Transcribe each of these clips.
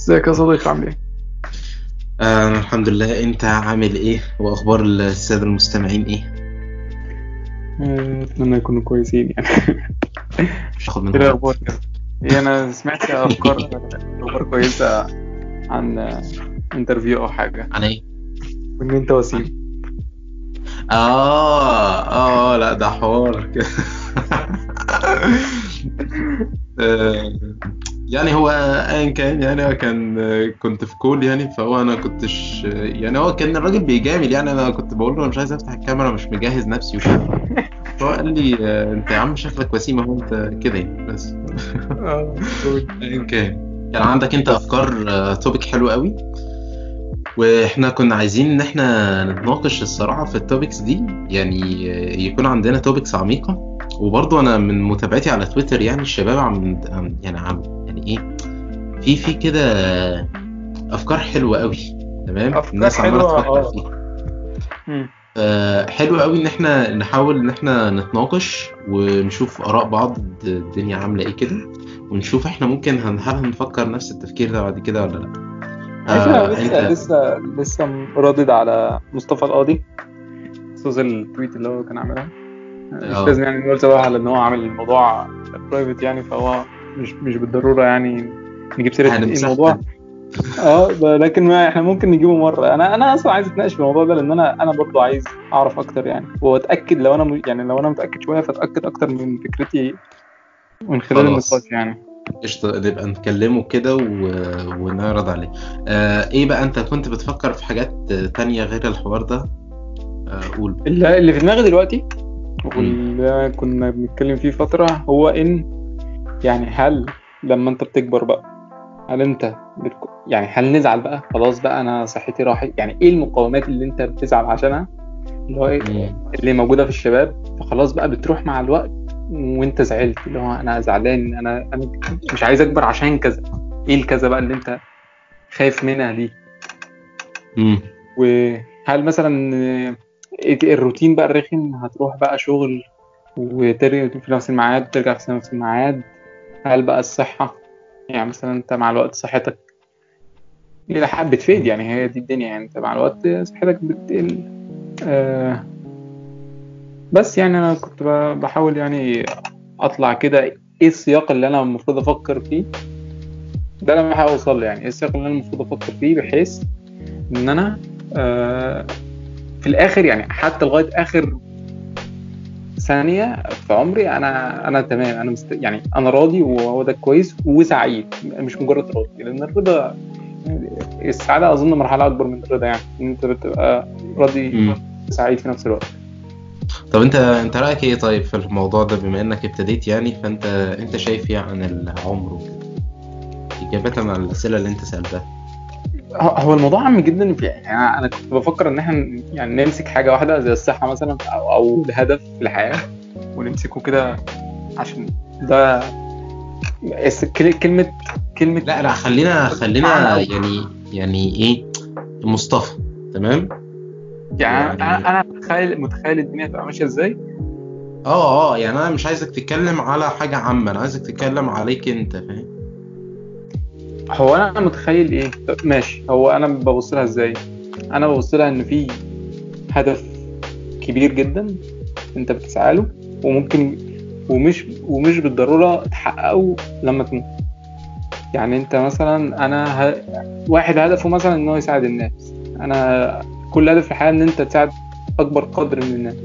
ازيك يا صديقي عامل ايه؟ الحمد لله. انت عامل ايه واخبار السادة المستمعين ايه؟ اتمنى يكونوا كويسين يعني. مش هاخد ايه منهم الاخبار وقت. كده؟ ايه انا سمعت افكار كويسه عن انترفيو او حاجه عن ايه؟ وان انت عن وسيم. لا ده حوار كده. آه، يعني هو ايا كان، يعني هو كان كنت في كول، يعني فهو انا كنتش يعني هو كان الراجل بيجامل، يعني انا كنت بقول له انا مش عايز افتح الكاميرا، مش مجهز نفسي وكده. فهو قال لي انت يا عم شكلك وسيم اهو، انت كده يعني بس. قول. ايا كان عندك انت افكار توبيك حلو قوي، واحنا كنا عايزين ان احنا نتناقش الصراحة في التوبكس دي، يعني يكون عندنا توبكس عميقة. وبرضه انا من متابعتي على تويتر، يعني الشباب يعني ايه، في كده افكار حلوة قوي. تمام، افكار الناس عمالة حلوه تفكر فيها. مم. حلو قوي ان احنا نحاول ان احنا نتناقش ونشوف اراء بعض، الدنيا عاملة ايه كده، ونشوف احنا ممكن هل هنفكر نفس التفكير ده بعد كده ولا لا. عارف انا لسه انت لسه لسه ردد على مصطفى القاضي بخصوص التويت اللي هو كان عاملها. مش لازم اه يعني نقول سواها على ان هو عامل الموضوع برايفت يعني، فهو مش بالضروره يعني نجيب سيره هنمسح. الموضوع. لكن ما احنا ممكن نجيبه مره. انا اصلا عايز اتناقش في الموضوع ده لان انا برضو عايز اعرف اكتر يعني، واتاكد لو انا يعني لو انا متاكد شويه فاتاكد اكتر من فكرتي من خلال النقاش خلاص، يعني. قشطة، نبقى نكلمه كده ونعرض عليه. ايه بقى، انت كنت بتفكر في حاجات تانية غير الحوار ده؟ قول بقى. اللي في دماغي دلوقتي مم. واللي كنا بنتكلم فيه فتره هو ان يعني هل لما انت بتكبر بقى هل انت يعني هل نزعل بقى خلاص بقى انا صحتي راحت؟ يعني ايه المقومات اللي انت بتزعل عشانها اللي هو إيه مم. اللي موجودة في الشباب، فخلاص بقى بتروح مع الوقت وانت زعلت اللي هو انا زعلان، انا مش عايز اكبر عشان كذا. ايه الكذا بقى اللي انت خايف منها دي؟ مم. وهل مثلا الروتين بقى الرخم هتروح بقى شغل وترجع في نفس الميعاد وترجع في نفس الميعاد؟ هل بقى الصحة يعني مثلا انت مع الوقت صحتك إلى حد بتفيد يعني، هي دي الدنيا يعني، انت مع الوقت صحتك بتقل. آه بس يعني انا كنت بحاول يعني اطلع كده ايه السياق اللي انا المفروض افكر فيه. ده انا بحاول اوصل له يعني، ايه السياق اللي انا المفروض افكر فيه بحيث ان انا آه في الاخر يعني حتى لغايه اخر ثانيه في عمري انا تمام، يعني انا راضي وهو ده كويس وسعيد، مش مجرد راضي. لان الرضا يعني السعاده اظن مرحله اكبر من الرضا، يعني ان انت بتبقى راضي مم. سعيد في نفس الوقت. طب انت رأيك ايه طيب في الموضوع ده، بما انك ابتديت يعني، فانت شايف ايه عن العمر وكده، إجابة على الأسئلة اللي انت سألتها؟ هو الموضوع عام جدا في يعني انا كنت بفكر ان احنا يعني نمسك حاجه واحده زي الصحه مثلا او الهدف في الحياه ونمسكه كده عشان ده كلمه لا لا، خلينا معنى. يعني ايه، مصطفى. تمام يعني يعني. انا متخيل الدنيا تبقى ماشيه ازاي. يعني انا مش عايزك تتكلم على حاجة عامة، انا عايزك تتكلم عليك انت، فاهم؟ هو انا متخيل ايه؟ طب ماشي، هو انا ببص لها ازاي؟ انا ببص لها ان في هدف كبير جدا انت بتسعى له، وممكن ومش بالضروره تحققه لما تموت. يعني انت مثلا واحد هدفه مثلا ان هو يساعد الناس. انا كل هدف في الحياه ان انت تساعد اكبر قدر من الناس.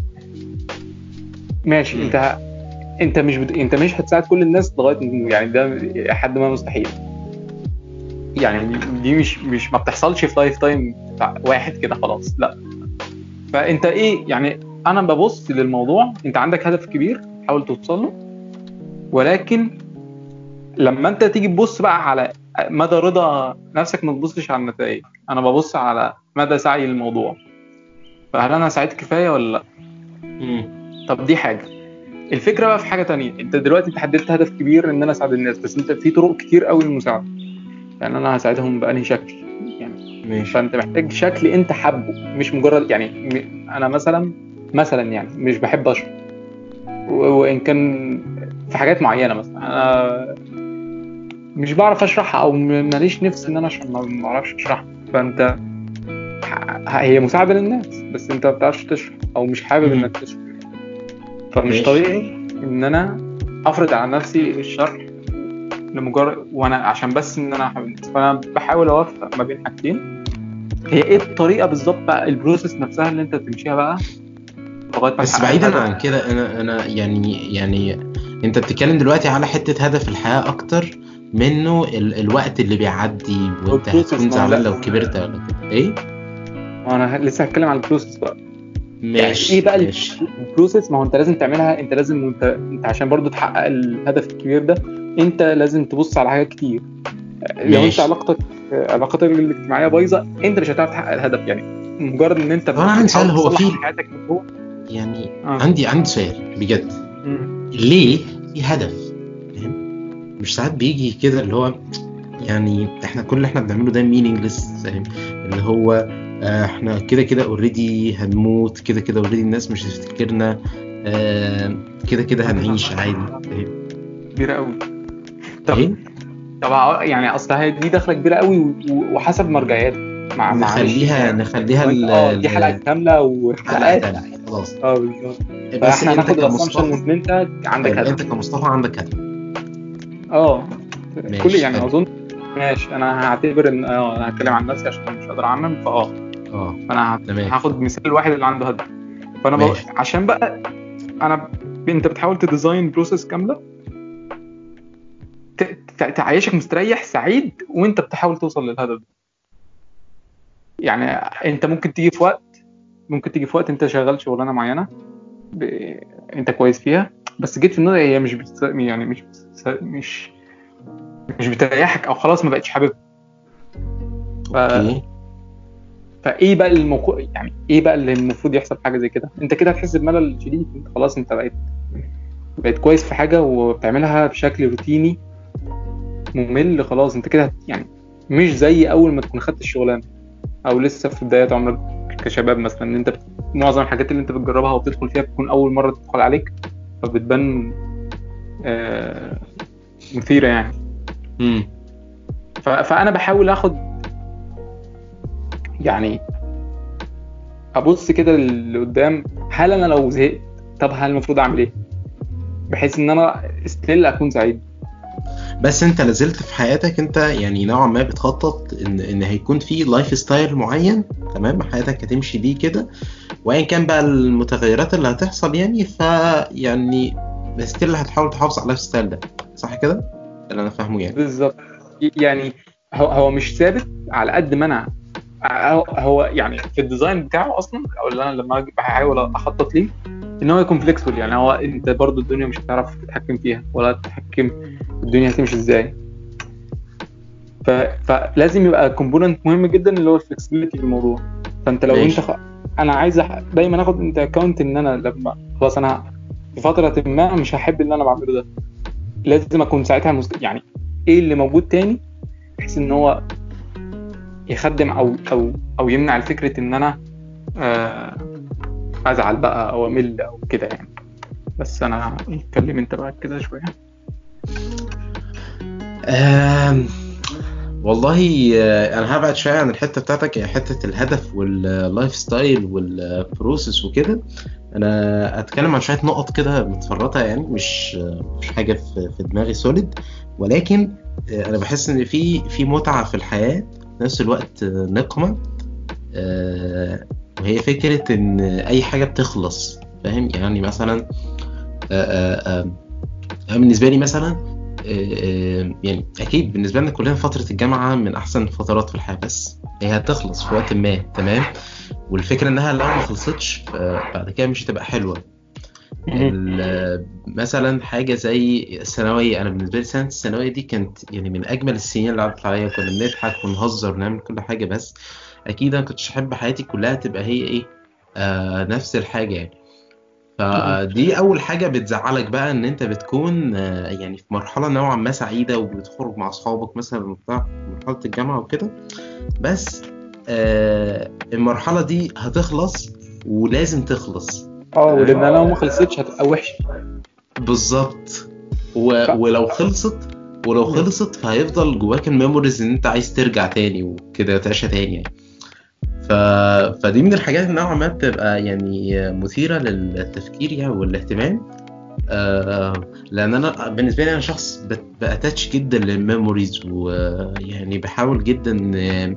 ماشي، مم. انت مش هتساعد كل الناس لغايه يعني ده حد ما مستحيل. يعني دي مش ما بتحصلش في لايف تايم بتاع واحد كده خلاص، لا. فانت ايه يعني؟ انا ببص للموضوع انت عندك هدف كبير حاول توصل له، ولكن لما انت تيجي تبص بقى على مدى رضا نفسك ما تبصش على النتائج. انا ببص على مدى سعي للموضوع، فهل انا سعيد كفايه ولا لا؟ مم. طب دي حاجه. الفكره بقى في حاجه تانية، انت دلوقتي حددت هدف كبير ان انا اساعد الناس، بس انت في طرق كتير قوي للمساعده. يعني انا هساعدهم بأنهي شكل يعني؟ ماشي. فانت محتاج شكل انت حابه، مش مجرد يعني انا مثلا يعني مش بحب اشرب، وان كان في حاجات معينه مثلا انا مش بعرف اشرحها او ماليش نفس ان انا اشرح، ما بعرفش اشرحها. فانت هي مساعده للناس بس انت ما بتعرفش تشرح او مش حابب انك تشرح. فمش ماشي. طبيعي ان انا افرض على نفسي الشرح لمجرد وانا عشان بس ان انا حابب الناس. فانا بحاول اوفق ما بين حاجتين. هي ايه الطريقه بالظبط بقى، البروسيس نفسها اللي انت تمشيها بقى لغايه ما بس تحقق بعيدا الهدف؟ عن كده، انا يعني انت بتتكلم دلوقتي على حته هدف الحياه اكتر منه الوقت اللي بيعدي وانت والبروسيس هتكون ما هو زعلان لا، لو كبرت ولا كده. ايه ما انا لسه هتكلم على البروسيس بقى. يعني ماشي ايه بقى ماشي. البروسيس؟ ما هو انت لازم تعملها، انت لازم انت عشان برضو تحقق الهدف الكبير ده انت لازم تبص على حاجات كتير. لو انت ماشي. علاقتك الاجتماعيه بايظه انت مش هتعرف تحقق الهدف. يعني مجرد ان انت طب انا عندي سؤال، بتحاول هو تصلح في من حياتك من جوه. يعني اه. عندي سؤال بجد. مم. ليه في هدف؟ فاهم؟ مش ساعات بيجي كده اللي هو يعني احنا كل اللي احنا بنعمله ده meaningless، فاهم؟ اللي هو احنا كده كده اوريدي هنموت، كده كده اوريدي الناس مش هتفتكرنا، كده كده هنعيش عادي، فاهم؟ كبيره قوي. طب ايه يعني اصل هي دي دخله كبيره قوي وحسب مرجعياتك. معلش نخليها يعني. نخليها وانت دي حلقه كامله حلقة وحلقات. تانية خلاص. بالظبط. بس فاحنا انت هناخد الاسامبشن كمصطفى، ان انت عندك حلو، هدف. انت كمصطفى عندك هدف. اه. كل ماشي يعني حلو. اظن. ماشي. انا هعتبر ان انا هتكلم عن نفسي عشان مش قادر اعمم. اه فانا تمام. هاخد مثال الواحد اللي عنده هدف. فانا ماشي. عشان بقى انا انت بتحاول تديزاين بروسيس كامله تعيشك مستريح سعيد وانت بتحاول توصل للهدف ده. يعني انت ممكن تيجي في وقت انت شغال شغلانه معينه ب... انت كويس فيها، بس جيت في النهايه هي يعني مش مش بتريحك او خلاص ما بقتش حابب. ف... اوكي. فايه بقى يعني ايه بقى اللي المفروض يحصل في حاجه زي كده؟ انت كده هتحس بملل شديد. انت خلاص انت بقيت كويس في حاجه وبتعملها بشكل روتيني ممل. خلاص انت كده يعني مش زي اول ما تكون خدت الشغلانه او لسه في بدايه عمرك كشباب مثلا. ان انت معظم الحاجات اللي انت بتجربها وبتدخل فيها بتكون اول مره تدخل عليك فبتبان مثيره يعني. فانا بحاول اخد يعني ابص كده لقدام. هل انا لو زهقت طب هل المفروض اعمل ايه بحيث ان انا ستيل اكون سعيد؟ بس انت لازلت في حياتك، انت يعني نوعا ما بتخطط ان هيكون في لايف ستايل معين، تمام؟ حياتك هتمشي بيه كده، وايا كان بقى المتغيرات اللي هتحصل يعني، يعني ستيل هتحاول تحافظ على اللايف ستايل ده، صح كده اللي انا فاهمه يعني؟ بالظبط. يعني هو مش ثابت على قد ما انا هو يعني في الديزاين بتاعه اصلا او اللي انا لما بحاول اخطط ليه ان هو يكون فليكسبل. يعني هو انت برضو الدنيا مش هتعرف تتحكم فيها ولا تتحكم الدنيا هتمشي ازاي. فلازم يبقى كومبوننت مهم جدا اللي هو الفلكسبيليتي في الموضوع. فانت لو ماشي. انا عايز دايما اخد انت اكونت ان انا لما خلاص انا في فتره ما مش هحب اللي انا بعمله ده، لازم اكون ساعتها يعني ايه اللي موجود تاني بحيث ان هو يخدم او يمنع الفكره ان انا ازعل بقى او امل او كده يعني. بس انا اتكلم انت بقى كده شويه. والله انا هبعد شويه عن الحته بتاعتك، حته الهدف واللايف ستايل والبروسيس وكده. انا اتكلم عن شويه نقط كده متفرطه يعني، مش حاجه في دماغي سوليد، ولكن انا بحس ان في متعه في الحياه في نفس الوقت نقمه، وهي فكره ان اي حاجه بتخلص، فاهم؟ يعني مثلا بالنسبه لي مثلا يعني اكيد بالنسبه لنا كلنا فتره الجامعه من احسن الفترات في الحياه، بس هي هتخلص في وقت ما، تمام؟ والفكره انها لو ما خلصتش بعد كده مش هتبقى حلوه. مثلا حاجه زي الثانويه، انا بالنسبه لي سنه الثانويه دي كانت يعني من اجمل السنين اللي عدت عليا. كنا بنضحك ونهزر ونعمل كل حاجه، بس اكيد انا كنتش احب حياتي كلها تبقى هي ايه نفس الحاجه يعني. فدي اول حاجه بتزعلك بقى، ان انت بتكون يعني في مرحله نوعا ما سعيده وبتخرج مع اصحابك مثلا بتاع مرحله الجامعه وكده، بس المرحله دي هتخلص ولازم تخلص. ولان لو ما خلصتش هتبقى وحشه. بالظبط. ولو خلصت ولو خلصت فهيفضل جواك الميموريز ان انت عايز ترجع تاني وكده تعيشها تاني يعني. ف... فدي من الحاجات اللي نوعا ما بتبقى يعني مثيرة للتفكير يعني والاهتمام. لان انا بالنسبه لي انا شخص باتاتش جدا للميموريز، ويعني بحاول جدا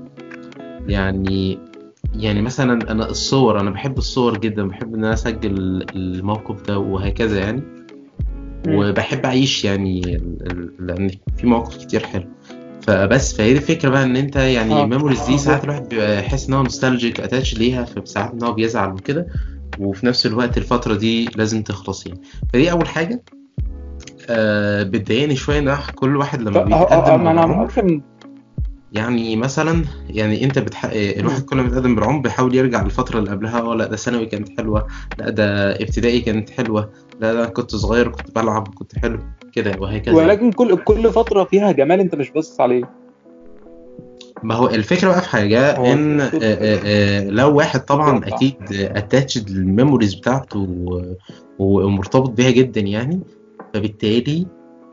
يعني مثلا انا الصور، انا بحب الصور جدا، بحب ان انا اسجل الموقف ده وهكذا يعني. وبحب اعيش يعني لان في مواقف كتير حلوه. فهي دي الفكره بقى، ان انت يعني الميموريز دي ساعات الواحد بيحس ان هو نوستالجيك اتاتش ليها، فساعات ان هو بيزعل وكده، وفي نفس الوقت الفتره دي لازم تخلص يعني. فدي اول حاجه بتضايقني شويه، ان كل واحد لما بيتقدم بالعمر يعني مثلا يعني انت الواحد كل ما بيتقدم بالعمر بيحاول يرجع للفتره اللي قبلها. لا ده ثانوي كانت حلوه، لا ده ابتدائي كانت حلوه، لا ده كنت صغير كنت بلعب كنت حلو كده وهكذا. ولكن كل فتره فيها جمال انت مش باصص عليه. ما هو الفكره بقى في حاجه ان لو واحد طبعا اكيد اتاتشد للميموريز بتاعته ومرتبط بيها جدا يعني، فبالتالي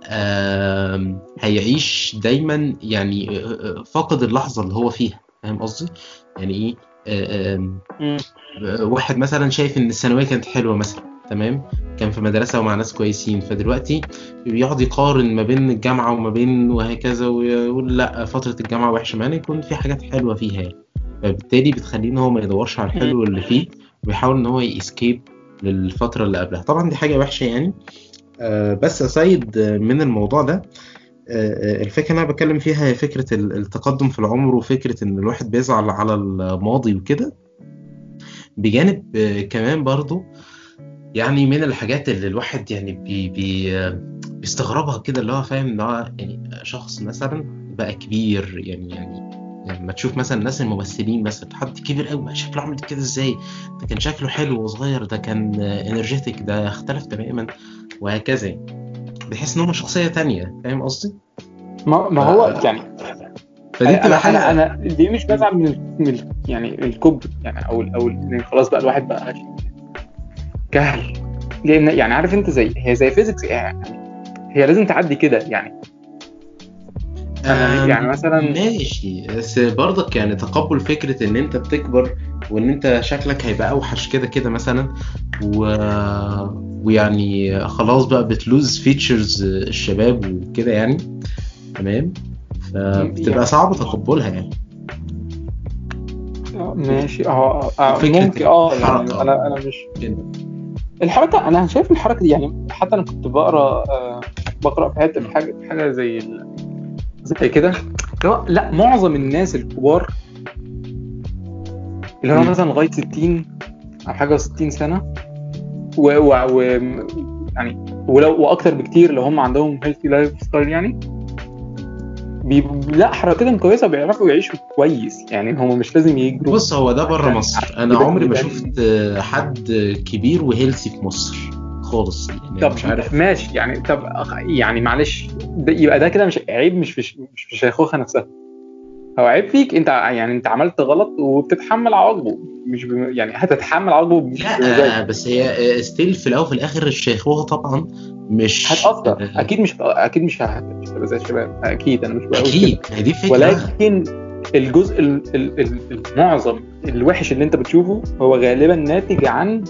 هيعيش دايما يعني فقد اللحظه اللي هو فيها. فاهم قصدي يعني ايه؟ واحد مثلا شايف ان الثانويه كانت حلوه مثلا، تمام، كان في مدرسه ومع ناس كويسين، فدلوقتي بيقعد يقارن ما بين الجامعه وما بين وهكذا، ويقول لا فتره الجامعه وحشه، مع ان يكون في حاجات حلوه فيها يعني. فبالتالي بتخليه ان هو ما يدورش على الحلو اللي فيه، ويحاول ان هو يسكيب للفتره اللي قبلها. طبعا دي حاجه وحشه يعني. بس أسايد من الموضوع ده، الفكرة اللي أنا بتكلم فيها هي فكرة التقدم في العمر، وفكرة إن الواحد بيزعل على الماضي وكده، بجانب كمان برضو يعني من الحاجات اللي الواحد يعني بيستغربها كده، اللي هو فاهم إن هو يعني شخص مثلا بقى كبير يعني لما تشوف مثلا الناس الممثلين مثلا، حد كبير قوي بقى شكله عامل كده ازاي، ده كان شكله حلو وصغير، ده كان انرجيتك، ده اختلف تماما وهكذا، بحيث ان هو شخصيه تانية. فاهم قصدي؟ ما هو يعني فدي بتبقى حاجه انا دي مش بزعل من يعني الكبر يعني او خلاص بقى الواحد بقى كهل، لان يعني عارف انت هي زي فيزيكس يعني، هي لازم تعدي كده يعني. يعني مثلا ماشي، بس برضك يعني تقبل فكره ان انت بتكبر، وان انت شكلك هيبقى اوحش كده مثلا، ويعني خلاص بقى بتلوز فيتشرز الشباب وكده يعني، تمام، فبتبقى يعني صعبه تقبلها يعني. ماشي ممكن يعني انا مش الحركه، انا شايف الحركه دي يعني، حتى انا كنت بقرا في حاجه زي كده. لا معظم الناس الكبار اللي هو مثلا لغايه 60 او حاجه 60 سنه يعني ولو واكتر بكتير لو هم عندهم هيلثي لايف ستايل يعني، لا حركتهم كويسه، بيعرفوا يعيشوا كويس يعني، هم مش لازم يجروا. بص هو ده بره مصر، انا عمري ما شفت حد كبير وهيلثي في مصر خالص يعني. طب مش عارف ماشي يعني، طب يعني معلش يبقى ده كده مش عيب، مش في شيخوخه نفسها، هو عيب فيك انت يعني، انت عملت غلط وبتتحمل عواقبه، مش يعني هتتحمل عواقبه لا بس هي ستيل في الاول وفي الاخر الشيخوخه طبعا مش هتأثر، اكيد مش هتبقى زي الشباب، اكيد انا مش بقول اكيد كده، هي دي فكره، ولكن الجزء المعظم الوحش اللي انت بتشوفه هو غالبا ناتج عن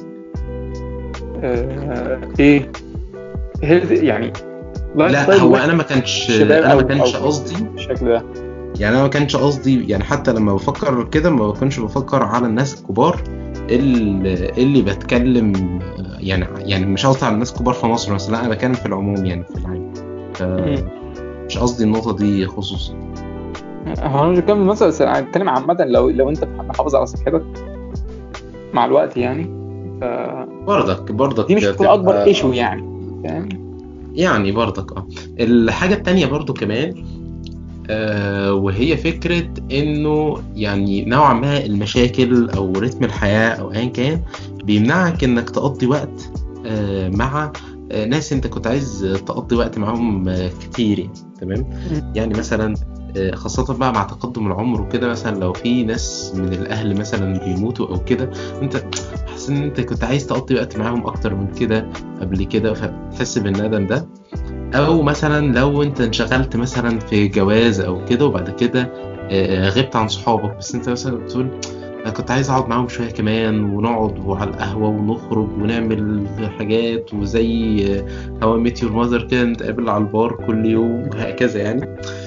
ايه يعني لا هو انا ما كانش قصدي بالشكل ده يعني. انا ما كانش قصدي يعني، حتى لما بفكر كده ما بكونش بفكر على الناس الكبار اللي بتكلم يعني مش قصدي على الناس الكبار في مصر مثلا، لا انا بتكلم في العموم يعني في العالم، مش قصدي النقطه دي خصوصا. هو انا مش بتكلم مثلا، انا بتكلم عامه، لو انت محافظ على صحتك مع الوقت يعني، برضك دي مش هتكون اكبر ايشو يعني، فاهم يعني برضك الحاجه التانية برضو كمان وهي فكرة انه يعني نوعا ما المشاكل او رتم الحياة او ايا كان بيمنعك انك تقضي وقت مع ناس انت كنت عايز تقضي وقت معهم كتير يعني، تمام. يعني مثلا خاصة بقى مع تقدم العمر وكده، مثلا لو في ناس من الاهل مثلا بيموتوا او كده، انت حاسس ان انت كنت عايز تقضي وقت معاهم اكتر من كده قبل كده، فتحس بالندم ده. او مثلا لو انت انشغلت مثلا في جواز او كده وبعد كده غبت عن صحابك، بس انت مثلا بتقول انا كنت عايز اقعد معاهم شويه كمان ونقعد على القهوه ونخرج ونعمل حاجات، وزي هوا ميت يور ماذر كده نتقابل على البار كل يوم وهكذا يعني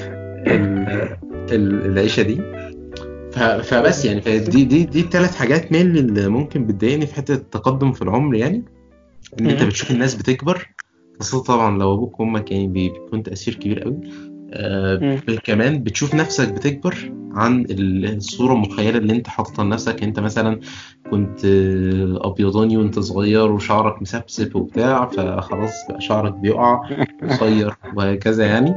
العيشه دي. فبس يعني دي الثلاث حاجات مين اللي ممكن بتضايقني في حته التقدم في العمر، يعني ان انت بتشوف الناس بتكبر، خاصة طبعا لو ابوك وامك يعني بيكون تأثير كبير قوي. كمان بتشوف نفسك بتكبر عن الصورة المخيلة اللي انت حاططها لنفسك. انت مثلا كنت ابيضاني وانت صغير وشعرك مسبسب وبتاع، فخلاص بقى شعرك بيقع قصير وهكذا يعني.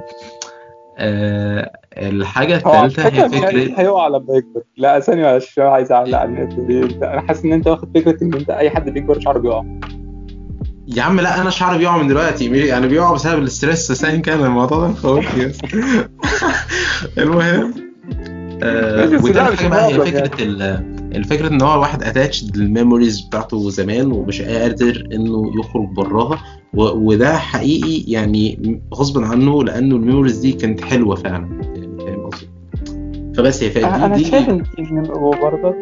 الحاجة هو على الثالثة هي فكرة مش فكرة هيقع لما يكبر. لا ثانية معلش، عايز اعلق على الحتة دي. انا حاسس ان انت واخد فكرة ان انت اي حد بيكبر شعره بيقع. يا عم لا، انا شعري بيقع من دلوقتي، يعني بيقع بسبب الاسترس، ثاني كان الموضوع ده مخوفني بس. المهم ماشي، بس لا وتالت مش حاجه بقى هي المعظم يعني. فكره الفكره ان هو واحد اتاتشد للميموريز بتاعته زمان ومش قادر انه يخرج براها، وده حقيقي يعني غصب عنه، لانه الميموريز دي كانت حلوه فعلا يعني، فاهم قصدي؟ فبس هي دي انا شايف دي ان هو برضه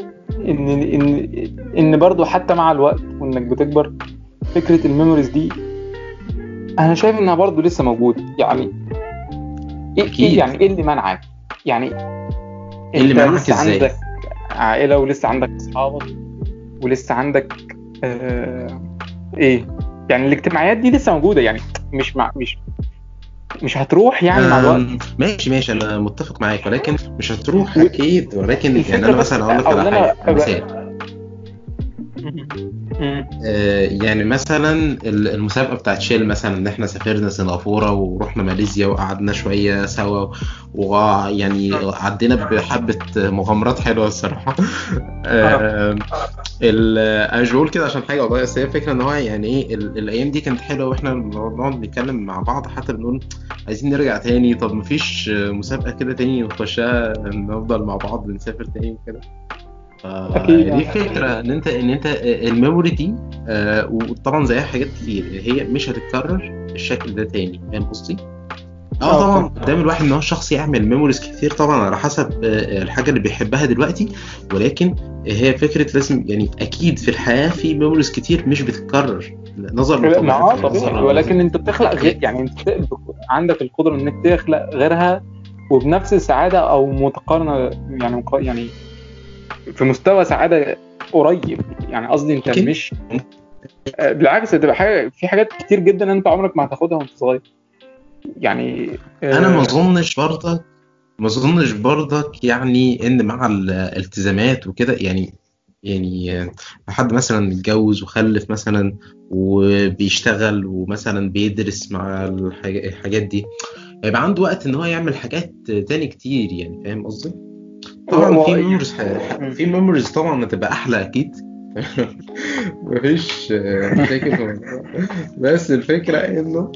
ان برضه حتى مع الوقت وانك بتكبر، فكرة الميموريز دي انا شايف انها برضه لسه موجودة يعني. ايه اكيد. يعني ايه اللي منعك يعني؟ ايه اللي انت منعك لسه ازاي؟ عندك عائلة ولسه عندك اصحابك ولسه عندك ايه يعني الاجتماعيات دي لسه موجودة يعني. مش هتروح يعني مع الوقت. ماشي انا متفق معاك، ولكن مش هتروح اكيد. ولكن يعني والفكرة انا بس مثلا اقول لك او على اللي حاجه انا مثال. يعني مثلا المسابقة بتاعت شيل مثلا، ان احنا سافرنا سنغافورة ورحنا ماليزيا وقعدنا شوية سوا، ويعني عدينا بحبة مغامرات حلوة الصراحة. آه، انا مش بقول كده عشان حاجة والله، بس هي الفكرة ان هو يعني ايه الايام دي كانت حلوة، واحنا بنقعد نتكلم مع بعض حتى بنقول عايزين نرجع تاني. طب مفيش مسابقة كده تاني نخشها نفضل مع بعض نسافر تاني وكده. اكيد دي فكرة ان انت الميموري دي وطبعا زيها حاجات كتير هي مش هتتكرر بالشكل ده تاني، فاهم قصدي؟ طبعا فاهم. قدام الواحد ان هو الشخص يعمل ميموريز كتير طبعا على حسب الحاجة اللي بيحبها دلوقتي، ولكن هي فكرة لازم يعني اكيد في الحياة في ميموريز كتير مش بتتكرر نظرا ما لطبيعتها طبيعي، ونظرا ولكن انت بتخلق غير للحياة. يعني عندك القدرة انك تخلق غيرها وبنفس السعادة او متقارنة يعني يعني في مستوى سعادة قريب يعني. قصدي انت ممكن. مش بالعكس، هتبقى حاجة في حاجات كتير جدا انت عمرك ما هتاخدها وانت صغير يعني. انا ما اظنش برضك يعني ان مع الالتزامات وكده يعني حد مثلا متجوز وخلف مثلا وبيشتغل ومثلا بيدرس مع الحاجات دي، هيبقى عنده وقت ان هو يعمل حاجات تاني كتير يعني، فاهم قصدي؟ طبعا في يعني ميموريز في ميموريز طبعا هتبقى احلى اكيد. مفيش مشاكل في الموضوع، بس الفكرة انه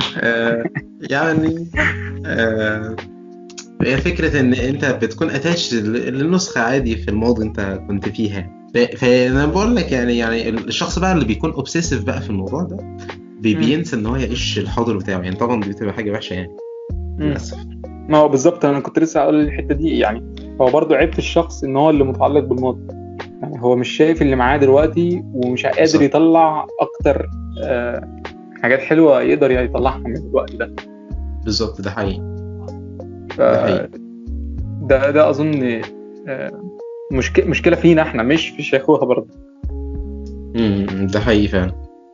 يعني آه، هي فكرة إن أنت بتكون أتاتش للنسخة عادي في الماضي أنت كنت فيها. فأنا بقول لك يعني الشخص بقى اللي بيكون أوبسيسيف بقى في الموضوع ده بينسى إن هو يعيش الحاضر بتاعه، يعني طبعا دي بتبقى حاجة وحشة يعني للأسف. ما هو بالظبط انا كنت لسه هقول الحتة دي يعني. هو برضو عيب في الشخص ان هو اللي متعلق بالماضي يعني. هو مش شايف اللي معاه دلوقتي ومش قادر بالظبط. يطلع اكتر حاجات حلوة يقدر يطلعها من الوقت ده. بالظبط ده حقيقي. ده حقيقي. ف- ده اظن مشكلة فينا احنا مش في شيخوخة برضه. ده حقيقي فعلا.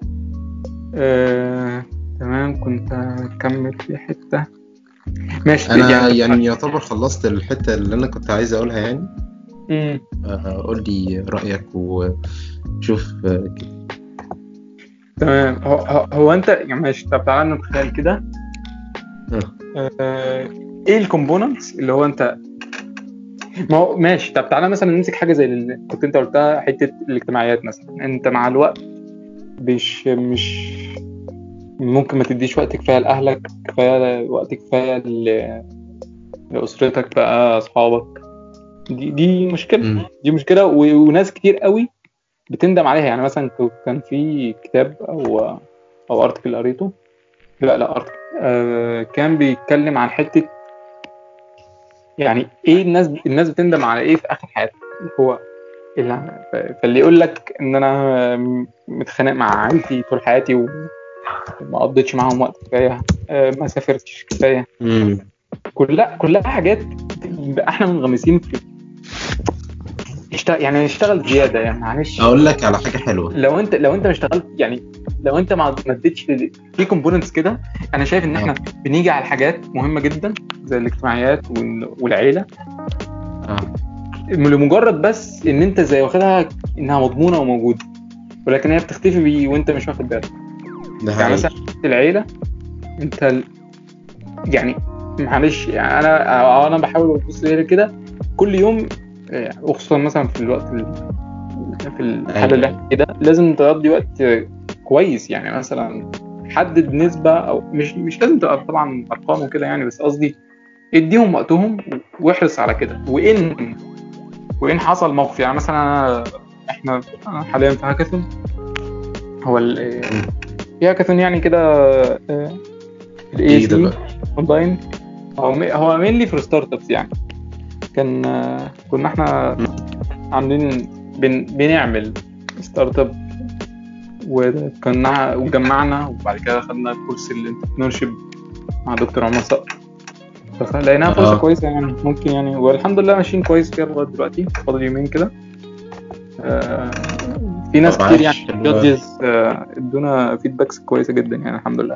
تمام، كنت هكمل في حتة. ماشي يعني أنا طب. يعني يعتبر خلصت الحتة اللي أنا كنت عايز أقولها يعني. مم. قول لي رأيك وشوف كده. تمام. هو انت يعني ماشي. طب تعالى نتخيل كده. ايه الكومبوننتس اللي هو انت. ما هو ماشي. طب تعالى مثلا نمسك حاجة زي اللي كنت انت قلتها، حتة الاجتماعيات مثلا. انت مع الوقت مش ممكن ما تديش وقت كفاية لأهلك، كفاية وقت كفاية لأسرتك بقى، أصحابك. دي مشكلة. دي مشكلة وناس كتير قوي بتندم عليها يعني. مثلا كان في كتاب أو أرتكل قريته لا ارتكل. كان بيتكلم عن حته يعني ايه الناس بتندم على ايه في اخر حياتها. هو فاللي يقول لك ان انا متخانق مع عيلتي طول حياتي وما قضيتش معاهم وقت كفايه، ما سافرتش كفايه، كلها حاجات احنا منغمسين في يعني نشتغل زياده. يعني معلش اقول لك على حاجه حلوه، لو انت اشتغلت، يعني لو انت ما اديتش في كومبوننتس كده. انا شايف ان احنا بنيجي على حاجات مهمه جدا زي الاجتماعيات والعيله لمجرد بس ان انت زي واخدها انها مضمونه وموجوده، ولكن هي بتختفي بيه وانت مش واخد بالك. يعني مثلا العيله انت يعني معلش، يعني انا بحاول ابص ليه كده كل يوم، وخصوصا مثلا في الوقت في الحاله اللي احنا كده لازم تقضي وقت كويس. يعني مثلا حدد نسبه، او مش لازم تبقى طبعا ارقام وكده يعني، بس قصدي اديهم وقتهم واحرص على كده. وإن حصل موقف، يعني مثلا احنا حاليا في هاكاثون، هو في هاكاثون يعني كده الاي سي اونلاين، هو مينلي في الستارت ابس. يعني كنا احنا عاملين بنعمل ستارت اب، وجمعنا وبعد كده خدنا كورس الانتربرنورشيب مع دكتور عمر صقر، فلقيناها فرصه كويسه يعني. ممكن يعني، والحمد لله ماشيين كويس فيها لغايه دلوقتي، فاضل يومين كده. في ناس كتير يعني جادجز ادونا فيدباكس كويسه جدا يعني الحمد لله.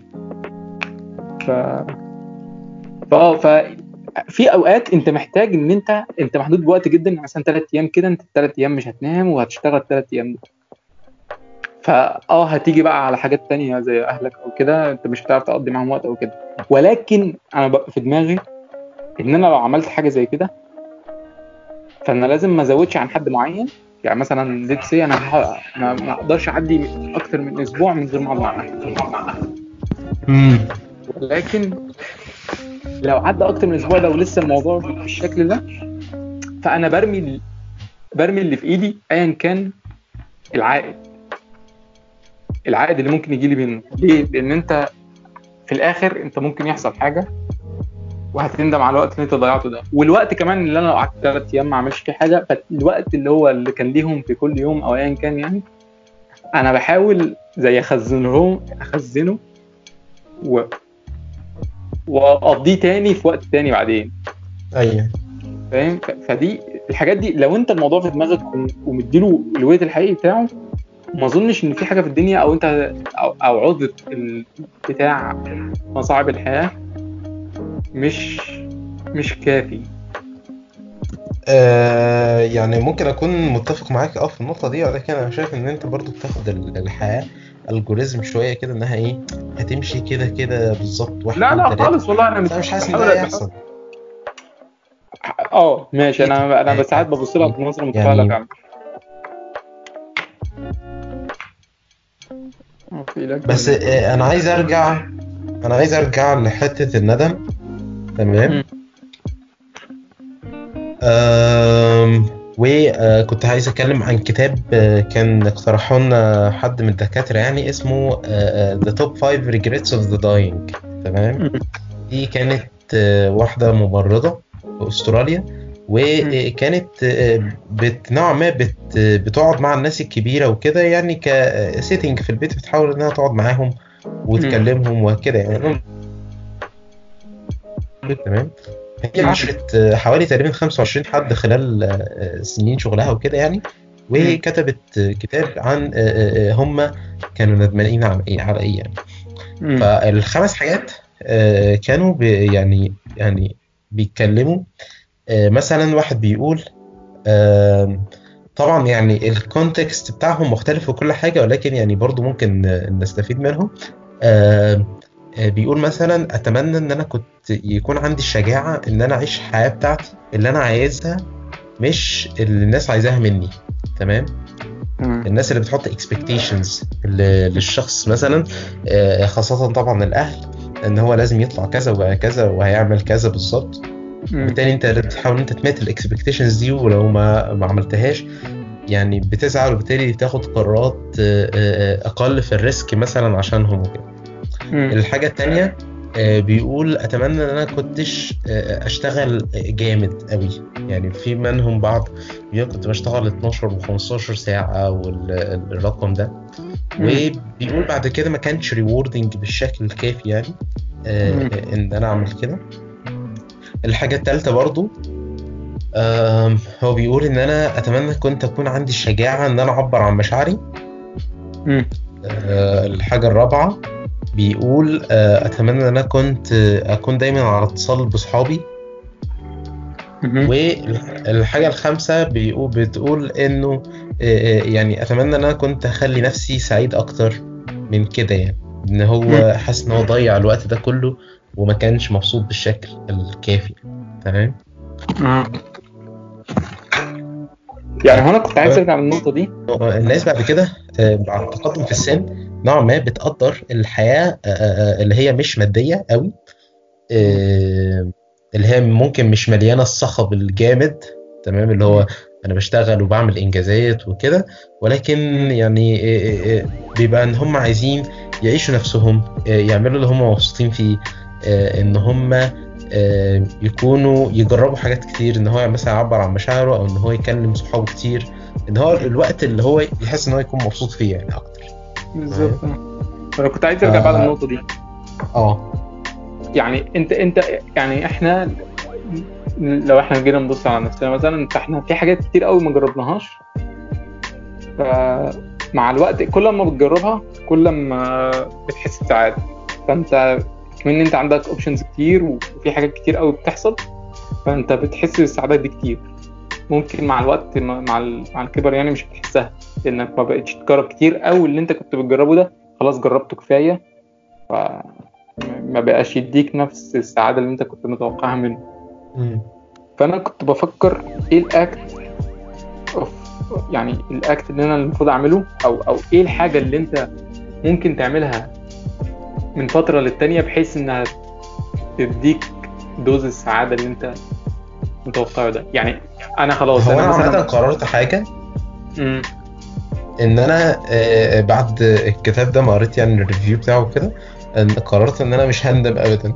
ف في اوقات انت محتاج ان انت محدود بوقت جدا. مثلا 3 ايام كده، انت 3 ايام مش هتنام وهتشتغل 3 ايام دول. هتيجي بقى على حاجات تانية زي اهلك او كده، انت مش هتعرف تقضي معاهم وقت او كده. ولكن انا بقى في دماغي ان انا لو عملت حاجه زي كده فانا لازم ما ازودش عن حد معين. يعني مثلا ليتس سي انا ما اقدرش اعدي اكتر من اسبوع من غير ما اقعد مع اهلي. ولكن لو عدى اكتر من اسبوع ده ولسه الموضوع بالشكل ده، فانا برمي اللي في ايدي ايا كان العائد اللي ممكن يجي لي منه. ليه؟ لان انت في الاخر انت ممكن يحصل حاجه وهتندم على الوقت اللي انت ضيعته ده، والوقت كمان اللي انا لو قعدت 3 ايام ما اعملش فيه حاجه، فالوقت اللي كان ليهم في كل يوم او ايا كان يعني انا بحاول زي اخزنه واقضيه تاني في وقت تاني بعدين. ايوه فاهم؟ فدي الحاجات دي لو انت الموضوع في دماغك ومديله الويت الحقيقي بتاعه، ما اظنش ان في حاجه في الدنيا او انت او عضو بتاع مصاعب الحياه مش كافي. يعني ممكن اكون متفق معاك في النقطه دي، ولكن انا شايف ان انت برضو بتاخد الحياه الجوريزم شويه كده، انها ايه هتمشي كده بالظبط. لا خالص والله انا مش حاسس ان ده هيحصل. ماشي. انا ساعات ببص لها بنظره متفائله فعلا. بس انا عايز ارجع لحته الندم. تمام. وكنت عايز اتكلم عن كتاب كان اقترحه لنا حد من الدكاتره، يعني اسمه The Top 5 Regrets of the Dying. تمام. دي كانت واحده ممرضه في استراليا، وكانت نوعا ما بتقعد مع الناس الكبيره وكده، يعني كسيتنج في البيت، بتحاول انها تقعد معاهم وتكلمهم وكده يعني. تمام. هي عاشرت حوالي تقريبا 25 حد خلال سنين شغلها وكده يعني، وكتبت كتاب عن هم كانوا ندمانين على ايه يعني. فالخمس حاجات كانوا يعني بيتكلموا. مثلا واحد بيقول طبعا يعني الكونتكست بتاعهم مختلف وكل حاجة، ولكن يعني برضو ممكن نستفيد منهم. بيقول مثلا اتمنى ان انا كنت يكون عندي الشجاعة ان انا اعيش الحياة بتاعتي اللي انا عايزها، مش اللي الناس عايزاها مني. تمام. الناس اللي بتحط expectations للشخص مثلا، خاصة طبعا الاهل، ان هو لازم يطلع كذا وكذا وهيعمل كذا بالظبط. بالتالي انت بتحاول انت تمات الاكسبكتيشنز دي، ولو ما عملتهاش يعني بتزعل، وبالتالي تاخد قرارات اقل في الريسك مثلا عشانهم وكده. مم. الحاجة التانية بيقول اتمنى ان انا كنتش اشتغل جامد قوي. يعني في منهم بعض بيقول كنت بشتغل 12 و15 ساعة والرقم ده. مم. وبيقول بعد كده ما كانش ريوردنج بالشكل الكافي يعني مم. ان انا اعمل كده. الحاجة التالتة برضو هو بيقول ان انا اتمنى كنت اكون عندي الشجاعة ان انا اعبر عن مشاعري. مم. الحاجة الرابعة بيقول اتمنى ان انا كنت اكون دايما على اتصال بصحابي. مم. والحاجة الخامسة بتقول انه يعني اتمنى ان انا كنت اخلي نفسي سعيد اكتر من كده. يعني ان مم. هو حاسس ان هو ضيع الوقت ده كله وما كانش مبسوط بالشكل الكافي. تمام. مم. يعني هنا كنت عايز ارجع للنقطة دي. الناس بعد كده مع التقدم في السن نوعا ما بتقدر الحياة اللي هي مش مادية قوي. مم. آه، اللي هي ممكن مش مليانة الصخب الجامد. تمام. اللي مم. هو أنا بشتغل وبعمل إنجازات وكده. ولكن مم. يعني بيبقى إن هم عايزين يعيشوا نفسهم يعملوا اللي هم مبسوطين فيه. إن هم يكونوا يجربوا حاجات كتير. إن هو مثلا يعبر عن مشاعره أو إن هو يكلم صحابه كتير. إن هو مم. الوقت اللي هو يحس إن هو يكون مبسوط فيه يعني أكتر. بالظبط. تمام. انا كنت عايز ارجع بقى ف للنقطة دي. اه يعني انت يعني احنا لو احنا جينا نبص على نفسنا مثلا، فاحنا في حاجات كتير قوي ما جربناهاش. فمع الوقت كل ما بتجربها كل ما بتحس بسعادة. فانت كمان انت عندك اوبشنز كتير وفي حاجات كتير قوي بتحصل، فانت بتحس بالسعادة دي كتير. ممكن مع الوقت مع الكبر يعني مش هتحسها، لانك ما بقتش تجرب كتير قوي. اللي انت كنت بتجربه ده خلاص جربته كفاية، فما بقاش يديك نفس السعادة اللي انت كنت متوقعها منه. مم. فانا كنت بفكر ايه الاكت اوف، يعني الاكت اللي انا المفروض اعمله، او ايه الحاجة اللي انت ممكن تعملها من فترة للتانية بحيث انها تديك دوز السعادة اللي انت متوقعه ده. يعني انا خلاص هو انا أنا عامة مثلا. قررت حاجة. مم. ان انا بعد الكتاب ده ما قريت يعني الريفيو بتاعه كده ان قررت ان انا مش هندم ابدا.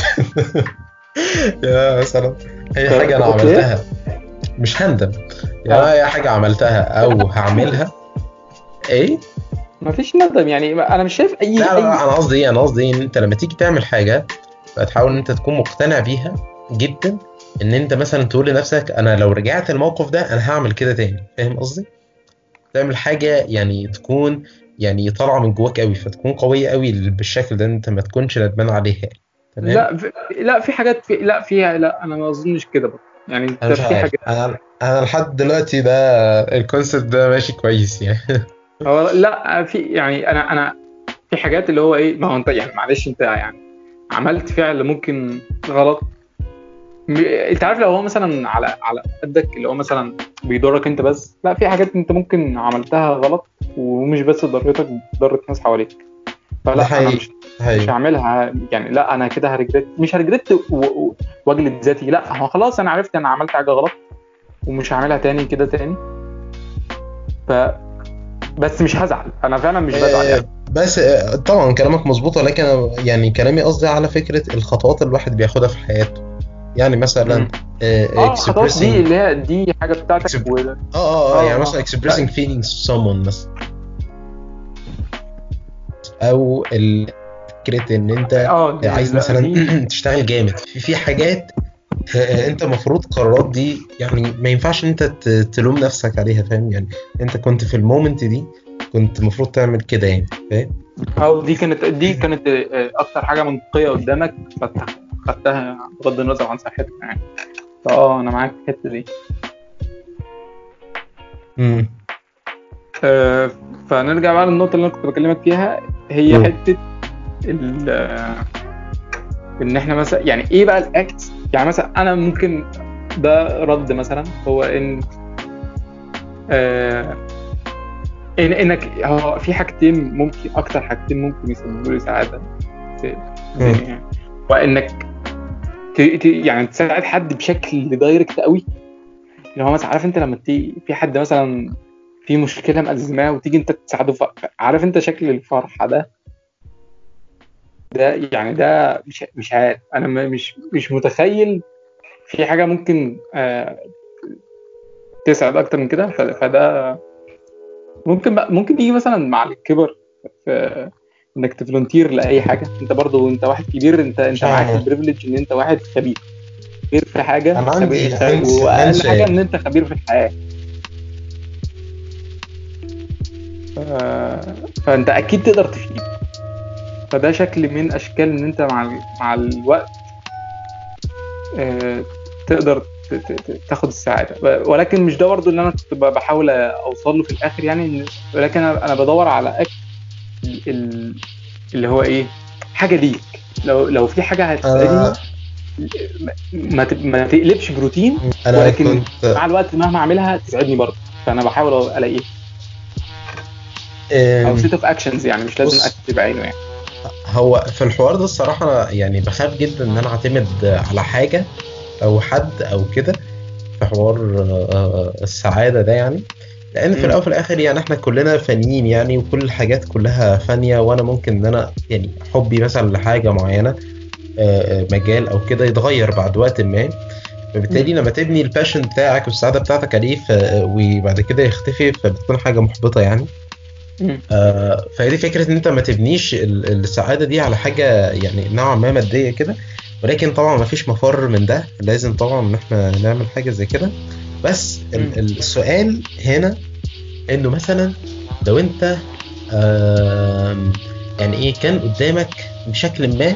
يا مثلا اي حاجه انا قررت ايه؟ عملتها مش هندم. يعني أنا اه، اي حاجه عملتها او هعملها ايه. مفيش ندم. يعني انا مش شايف لا اي لا اي لا، انا قصدي ايه، انا قصدي ان انت لما تيجي تعمل حاجه فتحاول ان انت تكون مقتنع بيها جدا. ان انت مثلا تقول لنفسك انا لو رجعت الموقف ده انا هعمل كده تاني. فاهم قصدي؟ تعمل حاجة يعني تكون يعني طالعة من جواك قوي فتكون قوية قوي بالشكل ده ان انت ما تكونش ندمان عليها يعني. تمام. لا في حاجات لا فيها، لا انا ما اظنش كده برضه. يعني انا انت مش في عارف. حاجات. انا لحد دلوقتي ده الكونسيبت ده ماشي كويس يعني. هو لا في، يعني انا في حاجات اللي هو ايه، ما هو انت يعني معلش انت يعني عملت فعل ممكن غلط. انت عارف لو هو مثلا على قدك اللي هو مثلا بيضرك انت بس، لا في حاجات انت ممكن عملتها غلط ومش بس ضرتك، ضرت ناس حواليك. ده فلا انا حقيقي. مش حقيقي. هعملها. يعني لا انا كده هرجريت، مش هرجريت واجلد ذاتي. لا هو خلاص انا عرفت انا عملت حاجه غلط ومش هعملها تاني كده تاني. ف بس مش هزعل، انا فعلا مش بزعل يعني. بس طبعا كلامك مظبوط. ولكن يعني كلامي قصدي على فكرة الخطوات اللي الواحد بياخدها في حياته. يعني مثلا امم خطوات دي expressing اللي هي دي حاجه بتاعتك exp... يعني مثلا expressing لا feelings to someone مثلا. او فكره ان انت عايز لا مثلا دي تشتغل جامد في حاجات. انت المفروض قرارات دي يعني ما ينفعش ان انت تلوم نفسك عليها. فاهم يعني؟ انت كنت في المومنت دي كنت المفروض تعمل كده يعني. فاهم؟ دي كانت اكتر حاجه منطقيه قدامك، خدتها بغض النظر عن صحتك يعني. انا معاك في الحته دي. امم. آه، فنرجع بقى للنقطه اللي انا كنت بكلمك فيها. هي حته ان احنا مثلا يعني ايه بقى الاكت. يعني مثلا انا ممكن ده رد مثلا هو آه انك هو في حاجتين، ممكن اكتر حاجتين ممكن يسببوا لي سعاده في الدنيا يعني. وانك يعني تساعد حد بشكل دايركت قوي. اللي هو مثلا عارف انت لما في حد مثلا في مشكله مأزماه وتيجي انت تساعده، عارف انت شكل الفرحه ده. ده يعني ده مش عارف، انا مش متخيل في حاجه ممكن تسعد اكتر من كده. فده ممكن يجي مثلا مع الكبر، في انك تفلونتير لاي حاجه. انت برضو انت واحد كبير، مش انت معاك عارف. البريفليج ان انت واحد خبير في حاجه، انا عندي واقل حاجه سؤال. ان انت خبير في الحياه. ف... فانت اكيد تقدر تفيد. فده شكل من اشكال ان انت مع الوقت آه، تقدر تاخد السعاده. ولكن مش ده برضو اللي انا كنت بحاول اوصل له في الاخر يعني. ولكن انا بدور على ال- اللي هو ايه، حاجه ليك. لو في حاجه هتساعدني، انا ما تقلبش بروتين، انا ولكن كنت مع الوقت مهما اعملها تساعدني برضه. فانا بحاول الاقيه او أم، سيت اوف اكشنز، يعني مش لازم بص، اكتب بعينه يعني. هو في الحوار ده الصراحة أنا يعني بخاف جدا إن أنا أعتمد على حاجة أو حد أو كده في حوار السعادة ده يعني. لأن في مم. الأول وفي الآخر يعني إحنا كلنا فانيين يعني، وكل الحاجات كلها فانية، وأنا ممكن إن أنا يعني حبي مثلا لحاجة معينة مجال أو كده يتغير بعد وقت ما. مم. فبالتالي لما تبني الباشن بتاعك والسعادة بتاعتك عليه وبعد كده يختفي، فبتكون حاجة محبطة يعني. مم. فهي دي فكرة ان انت ما تبنيش السعادة دي على حاجة يعني نوعا ما مادية كده. ولكن طبعا ما فيش مفر من ده، لازم طبعا ان احنا نعمل حاجة زي كده. بس مم. السؤال هنا انه مثلا لو انت آم، يعني ايه كان قدامك بشكل ما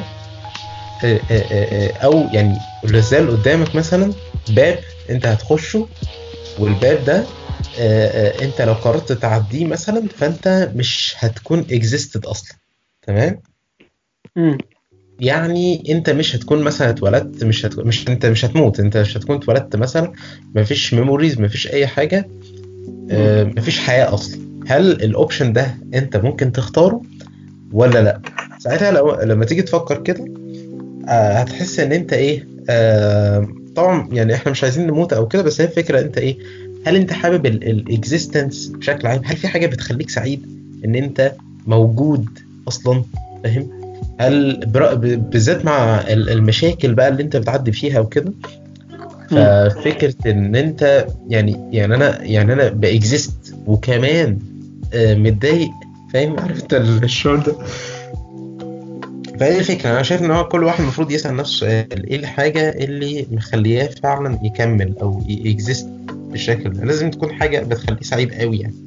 او يعني لازال قدامك مثلا باب انت هتخشه، والباب ده انت لو قررت تعديه مثلا فانت مش هتكون existed اصلا. تمام. مم. يعني انت مش هتكون مثلا اتولدت، مش انت مش هتموت، انت مش هتكون اتولدت مثلا، مفيش ميموريز، مفيش اي حاجة، مم. مفيش حياة اصلا. هل الاوبشن ده انت ممكن تختاره ولا لا؟ ساعتها لما تيجي تفكر كده هتحس ان انت ايه، طبعا يعني احنا مش عايزين نموت او كده، بس هي الفكره انت ايه، هل انت حابب الاكزيستنس بشكل عام؟ هل في حاجه بتخليك سعيد ان انت موجود اصلا؟ فاهم؟ هل بالذات مع المشاكل بقى اللي انت بتعدي فيها وكده، مم. ففكره ان انت يعني انا باكزيست وكمان متضايق. فاهم؟ عارف انت الشعور ده؟ فهي الفكرة، أنا شايف إن هو كل واحد المفروض يسأل نفسه سؤال: إيه الحاجة اللي مخلياه فعلا يكمل أو يكزيست بالشكل ده؟ لازم تكون حاجة بتخليه سعيد قوي يعني.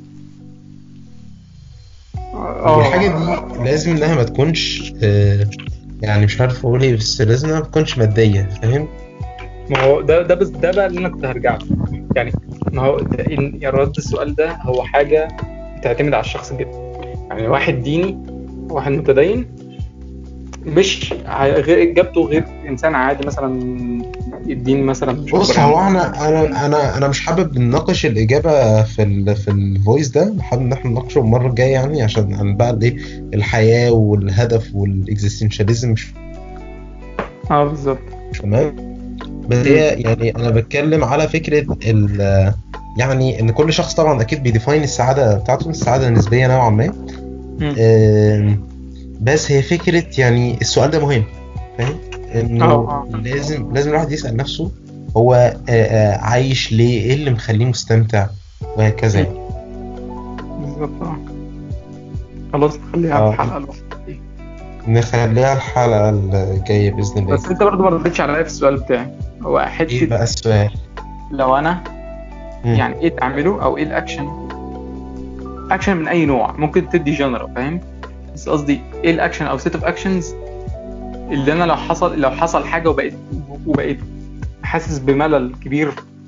والحاجة دي اه. لازم إنها ما تكونش يعني مش عارف أقول إيه، بس لازم إنها ما تكونش مادية. فاهم؟ ما هو ده بس ده بقى اللي انا كنت هرجع له يعني. ما هو يعني رد السؤال ده هو حاجه بتعتمد على الشخص جدا. يعني واحد ديني، واحد متدين، مش غير اجابته غير انسان عادي مثلا. الدين مثلا مش اكبر بص، هو همه. أنا مش حابب نناقش الإجابة في الفويس ده، حابب إن إحنا نناقشه المرة الجاية يعني، عن بقى الإيه، الحياة والهدف والإكزيستنشاليزم. اه بالظبط. مش تمام؟ بس مم. هي يعني انا بتكلم على فكره يعني ان كل شخص طبعا اكيد بيديفاين السعاده بتاعته، السعاده نسبيه نوعا ما. مم. آم، بس هي فكره يعني السؤال ده مهم. فاهم؟ اه انه اه لازم الواحد يسال نفسه هو عايش ليه، ايه اللي مخليه مستمتع، وهكذا مم. يعني. بالظبط. اه خلاص نخليها في حلقة لوحدها دي. نخليها الحلقه الجايه باذن الله. بس انت برضه ما ردتش عليا في السؤال بتاعي. هو ايه حتة بقى السؤال؟ لو انا مم. يعني ايه تعمله او ايه الاكشن، اكشن من اي نوع ممكن تدي جنرا، فاهم؟ بس قصدي ايه الاكشن او سيت اوف اكشنز اللي انا لو حصل حاجة وبقيت حاسس بملل كبير.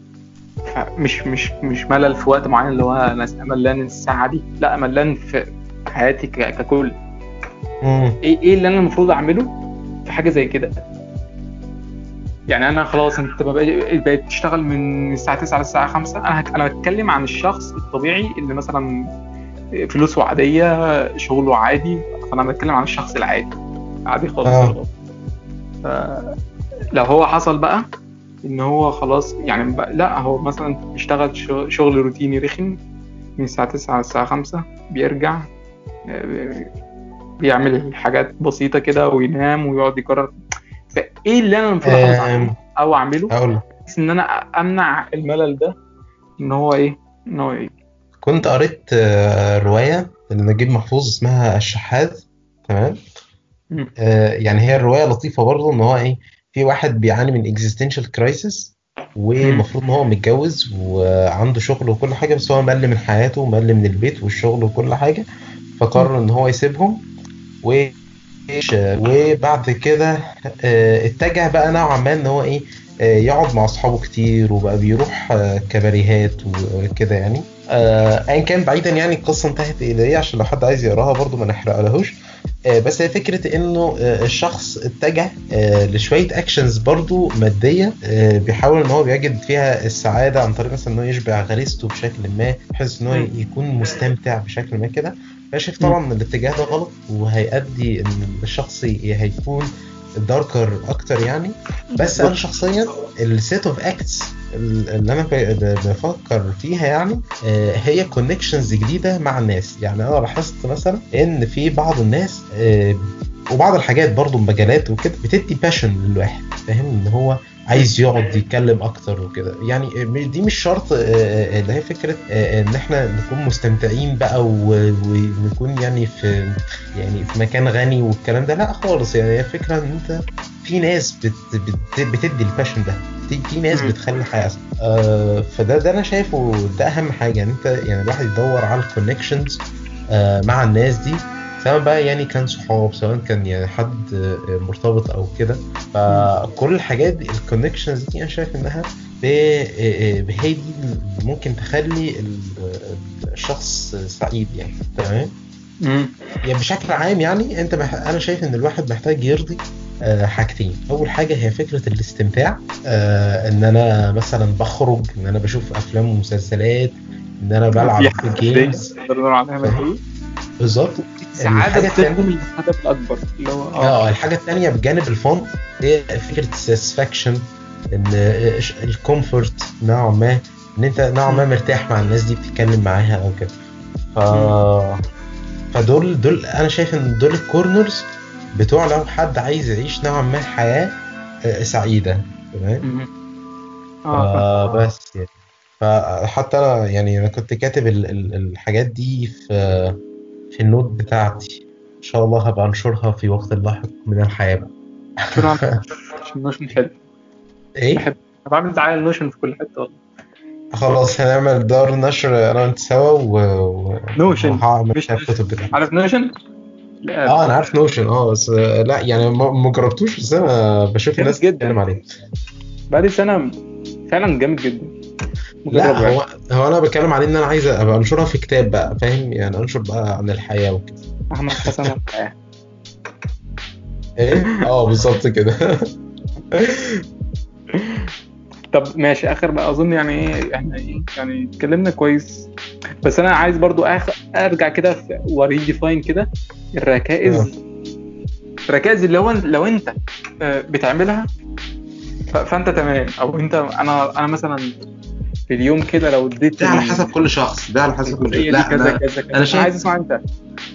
مش ملل في وقت معين اللي هو انا ملان الساعة دي، لا ملان في حياتي ككل. مم. ايه اللي انا المفروض اعمله في حاجة زي كده؟ يعني انا خلاص، انت بقيت تشتغل من الساعه 9 للساعه 5. انا بتكلم عن الشخص الطبيعي اللي مثلا فلوسه عاديه، شغله عادي. فانا بتكلم عن الشخص العادي، عادي خالص اه. خالص. لو هو حصل بقى ان هو خلاص يعني بقى، لا هو مثلا بيشتغل شغل روتيني رخم من الساعه 9 للساعه 5، بيرجع بيعمل حاجات بسيطة كده وينام ويقعد يكرر. فايه اللي انا المفروض احافظ عليه او اعمله اقول بحيث ان انا امنع الملل ده ان هو ايه. كنت قريت روايه لنجيب محفوظ اسمها الشحاذ. تمام. مم. يعني هي الروايه لطيفه برضه، ان هو ايه، في واحد بيعاني من existential crisis، ومفروض ان هو متجوز وعنده شغل وكل حاجه، بس هو مل من حياته ومل من البيت والشغل وكل حاجه، فقرر ان هو يسيبهم وبعد كده اتجه بقى نوعا ما ان هو ايه، يقعد مع اصحابه كتير، وبقى بيروح كباريهات وكده يعني. ايا كان، بعيدا يعني القصه انتهت الى ايه عشان لو حد عايز يقراها برضو ما نحرقلهوش. بس هي فكره انه الشخص اتجه لشويه اكشنز برضو ماديه، بيحاول ان هو بيجد فيها السعاده عن طريق مثلا ان هو يشبع غريزته بشكل ما، بحيث ان هو يكون مستمتع بشكل ما كده. فشايف طبعا ان الاتجاه ده غلط، وهيؤدي ان الشخص هيكون داركر اكتر يعني. بس انا شخصيا السيت اوف اكتس اللي انا بفكر فيها يعني هي كونكشنز جديده مع الناس. يعني انا لاحظت مثلا ان في بعض الناس وبعض الحاجات برضو مجالات وكده بتدي باشن للواحد، فاهم ان هو عايز يقعد يتكلم اكتر وكده. يعني دي مش شرط اللي هي فكره ان احنا نكون مستمتعين بقى ونكون يعني في مكان غني والكلام ده، لا خالص. يعني هي فكره ان انت في ناس بتدي الباشن ده، في ناس بتخلي الحياه فده انا شايفه ده اهم حاجه. يعني انت يعني الواحد يدور على الكونكشنز مع الناس دي، سواء بقى يعني كان صحاب، سواء كان يعني حد مرتبط او كده. فكل الحاجات دي الكونكشنز دي انا شايف انها هي دي ممكن تخلي الشخص سعيد يعني. تمام. يعني بشكل عام يعني انا شايف ان الواحد محتاج يرضي حاجتين. اول حاجه هي فكره الاستمتاع، ان انا مثلا بخرج، ان انا بشوف افلام ومسلسلات، ان انا بلعب جيمز بالظبط. السعاده بتخدم الهدف الاكبر اللي هو الحاجه الثانيه بجانب الفن هي فكره الساتسفاكشن، ان الكومفورت نوعا ما، ان انت نوعا ما مرتاح مع الناس دي بتتكلم معاها او كده. فدول انا شايف ان دول الكورنرز بتوع لو حد عايز يعيش نوعا ما حياه سعيده. تمام. بس يعني فحتى انا يعني انا كنت كاتب الحاجات دي في النوت بتاعتي، ان شاء الله هبقى انشرها في وقت لاحق من الحياه بقى. نوشن حلو. ايه، بحب بعمل دعايه نوشن في كل حته والله. خلاص هنعمل دار نشر انا وانت سوا نوشن وهعمل مش الكتب بتاعتي. عارف نوشن؟ انا عارف نوشن بس لا يعني ما جربتوش، بس انا بشوف الناس بتتكلم عليه بقالي سنه، فعلا جامد جدا. لا هو انا بتكلم عليه ان انا عايز ابقى انشرها في كتاب بقى، فاهم يعني، انشر بقى عن الحياه وكده. احمد حسن والحياه. ايه بالظبط كده. طب ماشي، اخر بقى اظن يعني ايه احنا يعني اتكلمنا كويس، بس انا عايز برضو ارجع كده وريديفاين كده الركائز. الركائز اللي هو لو انت بتعملها فانت تمام، او انا مثلا في اليوم كده لو اديت ده على حسب كل شخص، ده على حسب كل شخص. لا انا شايف عايز اسمع انت.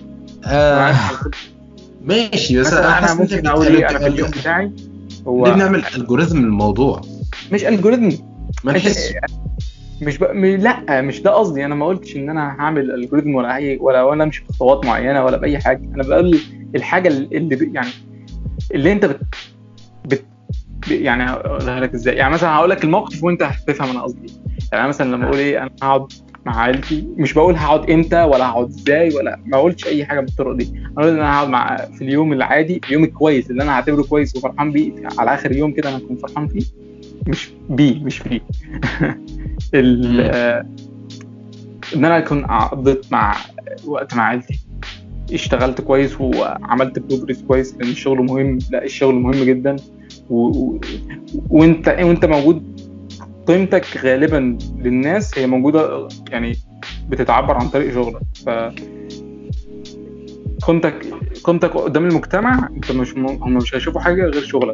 ماشي، بس انا حاسس ممكن اقول ايه انا في اليوم بتاعي هو ليه بنعمل الجوريزم الموضوع، مش الجوريزم ما نحس لا مش ده قصدي. انا ما قلتش ان انا هعمل الجوريزم ولا امشي بخطوات معينه ولا باي حاجه. انا بقول الحاجه اللي يعني اللي انت يعني اقولها لك ازاي. يعني مثلا هقول لك الموقف وانت هتفهم انا قصدي. يعني مثلا لما اقول ايه انا هقعد مع عائلتي، مش بقول هقعد امتى ولا هقعد ازاي، ولا ما قلتش اي حاجه بالطرق دي. انا بقول ان انا هقعد في اليوم العادي، اليوم الكويس اللي انا هعتبره كويس وفرحان بيه على اخر يوم كده انا اكون فرحان فيه، مش فيه ان انا اكون قضيت مع وقت مع عائلتي، اشتغلت كويس وعملت بروجريس كويس، لان الشغل مهم. لا الشغل مهم جدا، وانت موجود. قيمتك غالبا للناس هي موجوده، يعني بتتعبر عن طريق شغلك. ف قيمتك قدام المجتمع انت هم مش هيشوفوا حاجه غير شغلك.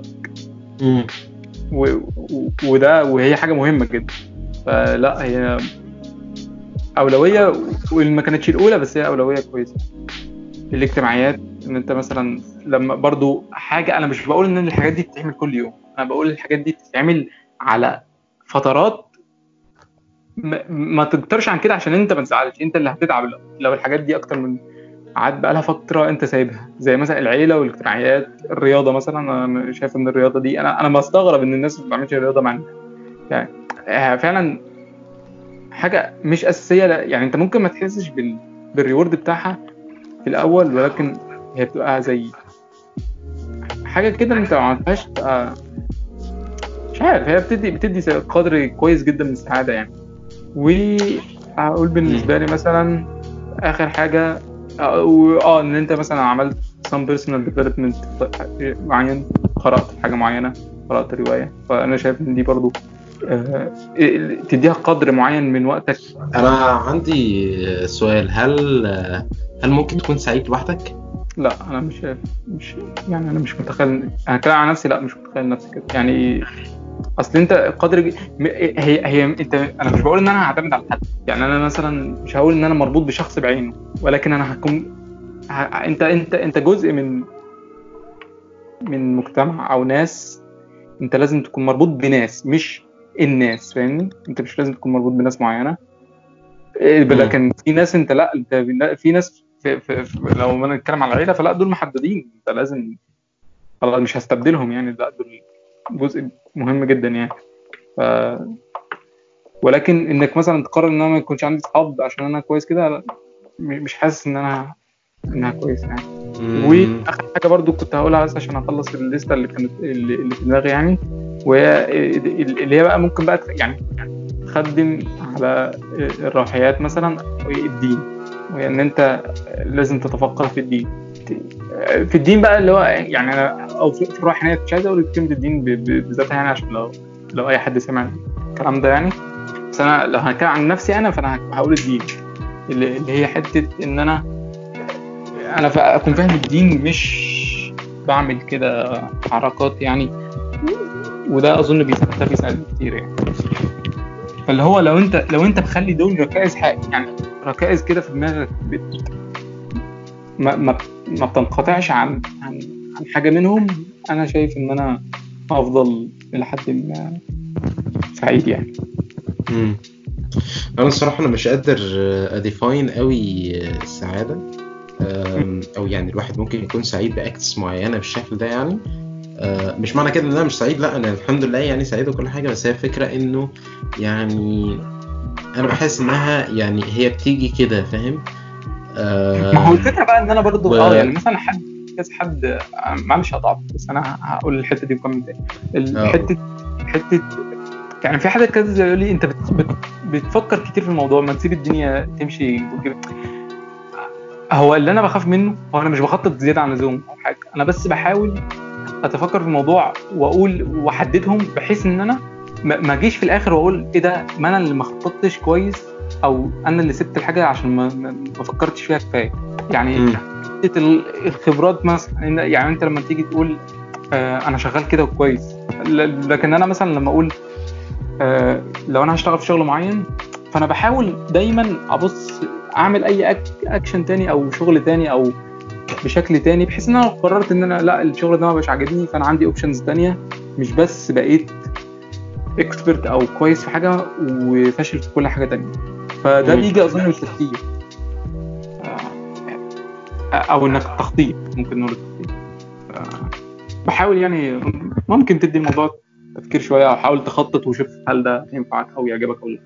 وهي حاجه مهمه جدا. فلا هي اولويه، وما كانتش الاولى بس هي اولويه كويسه. الاجتماعيات ان انت مثلا لما برضو حاجه، انا مش بقول ان الحاجات دي بتتعمل كل يوم، انا بقول الحاجات دي بتتعمل على فترات ما تكترش عن كده، عشان انت ما تزعلش، انت اللي هتتعب لو الحاجات دي اكتر من عاد بقى لها فتره انت سايبها، زي مثلا العيله والاجتماعيات، الرياضه مثلا. انا شايف ان الرياضه دي انا بستغرب ان الناس ما بتعملش رياضه معانا يعني. فعلا حاجه مش اساسيه، يعني انت ممكن ما تحسش بالريورد بتاعها في الاول، ولكن هي بتبقى زي حاجه كده انت ما عملتهاش مش عارف، هي بتدي قدر كويس جدا من السعاده يعني. وهقول بالنسبه لي مثلا اخر حاجه ان انت مثلا عملت some personal development معين، قرات حاجه معينه، قرات روايه، فانا شايف ان دي برضو تديها قدر معين من وقتك. انا عندي سؤال، هل ممكن تكون سعيد لوحدك؟ لا انا مش يعني انا مش متخيل، انا كلام عن نفسي، لا مش متخيل نفسي كده يعني. اصل انت قدر هي انت، انا مش بقول ان انا هعتمد على حد، يعني انا مثلا مش هقول ان انا مربوط بشخص بعينه، ولكن انا هكون انت جزء من مجتمع او ناس، انت لازم تكون مربوط بناس مش الناس، فاهمني؟ انت مش لازم تكون مربوط بناس معينة، لكن في ناس انت لا، انت في ناس لو ما نتكلم على العيلة فلا، دول محددين، انت لازم خلاص مش هستبدلهم يعني، لا دول جزء مهم جدا يعني. ف... ولكن انك مثلا تقرر ان انا ما يكونش عندي اصحاب عشان انا كويس كده، لا، مش حاسس انها كويس يعني. واخر حاجه برضو كنت هقولها بس عشان اخلص الليسته اللي كانت اللي في دماغي يعني، وهي اللي هي بقى ممكن بقى يعني تخدم على الروحيات مثلا والدين، وهي ان انت لازم تتفقه في الدين، في الدين بقى اللي هو يعني انا، او في الروحانيات، مش عايز اقول كلمه الدين بذاتها يعني، عشان لو اي حد سمع الكلام ده يعني. بس انا لو هتكلم عن نفسي انا، فانا هقول الدين اللي هي حته ان انا اكون فاهم الدين، مش بعمل كده حركات يعني، وده اظن بيساعد كتير يعني. فاللي هو لو انت مخلي دول ركائز يعني ركائز كده في دماغك، ما بتنقطعش عن حاجه منهم، انا شايف ان انا افضل الى حد ما سعيد يعني. انا الصراحه انا مش قادر اديفاين قوي السعاده، او يعني الواحد ممكن يكون سعيد باكتس معينه بالشكل ده يعني. مش معنى كده ان انا مش سعيد، لا انا الحمد لله يعني سعيد وكل حاجه، بس هي فكره انه يعني انا بحس انها يعني هي بتيجي كده، فاهم؟ ما هو الفكره بقى ان انا برضو يعني مثلا حد معلش هضعف، بس انا هقول الحته دي بكم تاني. حته يعني في حد كذا يقول لي انت بتفكر كتير في الموضوع، ما تسيب الدنيا تمشي وكده. هو اللي انا بخاف منه هو انا مش بخطط زياده عن اللزوم او حاجه، انا بس بحاول اتفكر في الموضوع واقول واحددهم، بحيث ان انا ما اجيش في الاخر واقول ايه ده، ما انا اللي ما خططتش كويس، او انا اللي سبت الحاجه عشان ما فكرتش فيها كفايه يعني. الخبرات مثلا، يعني انت لما تيجي تقول انا شغال كده كويس، لكن انا مثلا لما اقول لو انا هشتغل في شغل معين، فانا بحاول دايما ابص اعمل اي اكشن تاني او شغل تاني او بشكل تاني، بحيث ان انا قررت ان انا لا الشغل ده ما بقاش عاجبني، فانا عندي اوبشنز تانية، مش بس بقيت اكسبرت او كويس في حاجه وفاشل في كل حاجه تانية. فده بيجي اظن من التفكير، او انك تخطيط، ممكن نقول التخطيط. بحاول يعني ممكن تدي الموضوع تفكير شويه، او حاول تخطط وشوف هل ده ينفعك او يعجبك او لا.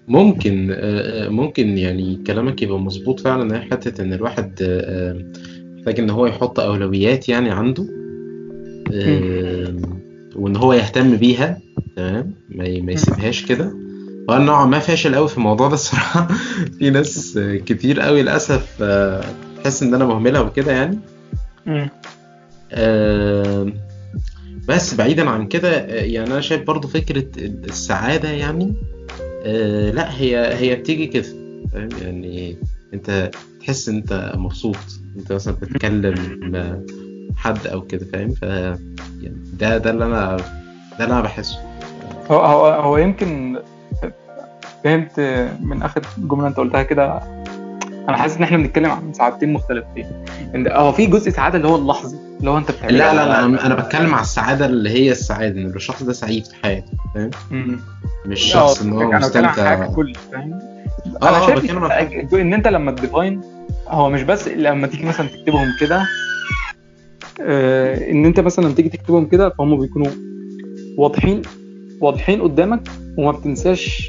ممكن يعني كلامك يبقى مظبوط فعلا، هي حته ان الواحد محتاج ان هو يحط اولويات يعني عنده، وان هو يهتم بيها، تمام، ما يسيبهاش كده. وانا نوعا ما فاشل قوي في الموضوع ده الصراحه. في ناس كتير قوي للاسف تحس ان انا مهملها وكده يعني. بس بعيدا عن كده يعني انا شايف برضو فكره السعاده يعني لا هي بتيجي كده، فاهم يعني؟ انت تحس انت مبسوط، انت مثلا بتتكلم مع حد او كده، فاهم؟ ف يعني ده اللي انا بحسه. هو يمكن فهمت من اخر جمله انت قلتها كده، انا حاسس ان احنا بنتكلم عن سعادتين مختلفتين. هو في جزء سعاده اللي هو اللحظي اللي هو انت بتعمله. لا انا بتكلم على السعاده اللي هي السعاده ان الشخص ده سعيد في حياته، فاهم؟ مش شخص ان هو انا بتكلم عن حاجه مستمتع. كل، فاهم؟ انا شايف بتكلم عن ان انت لما تديفاين، هو مش بس لما تيجي مثلا تكتبهم كده، ان انت مثلا تيجي تكتبهم كده فهم بيكونوا واضحين قدامك، وما بتنساش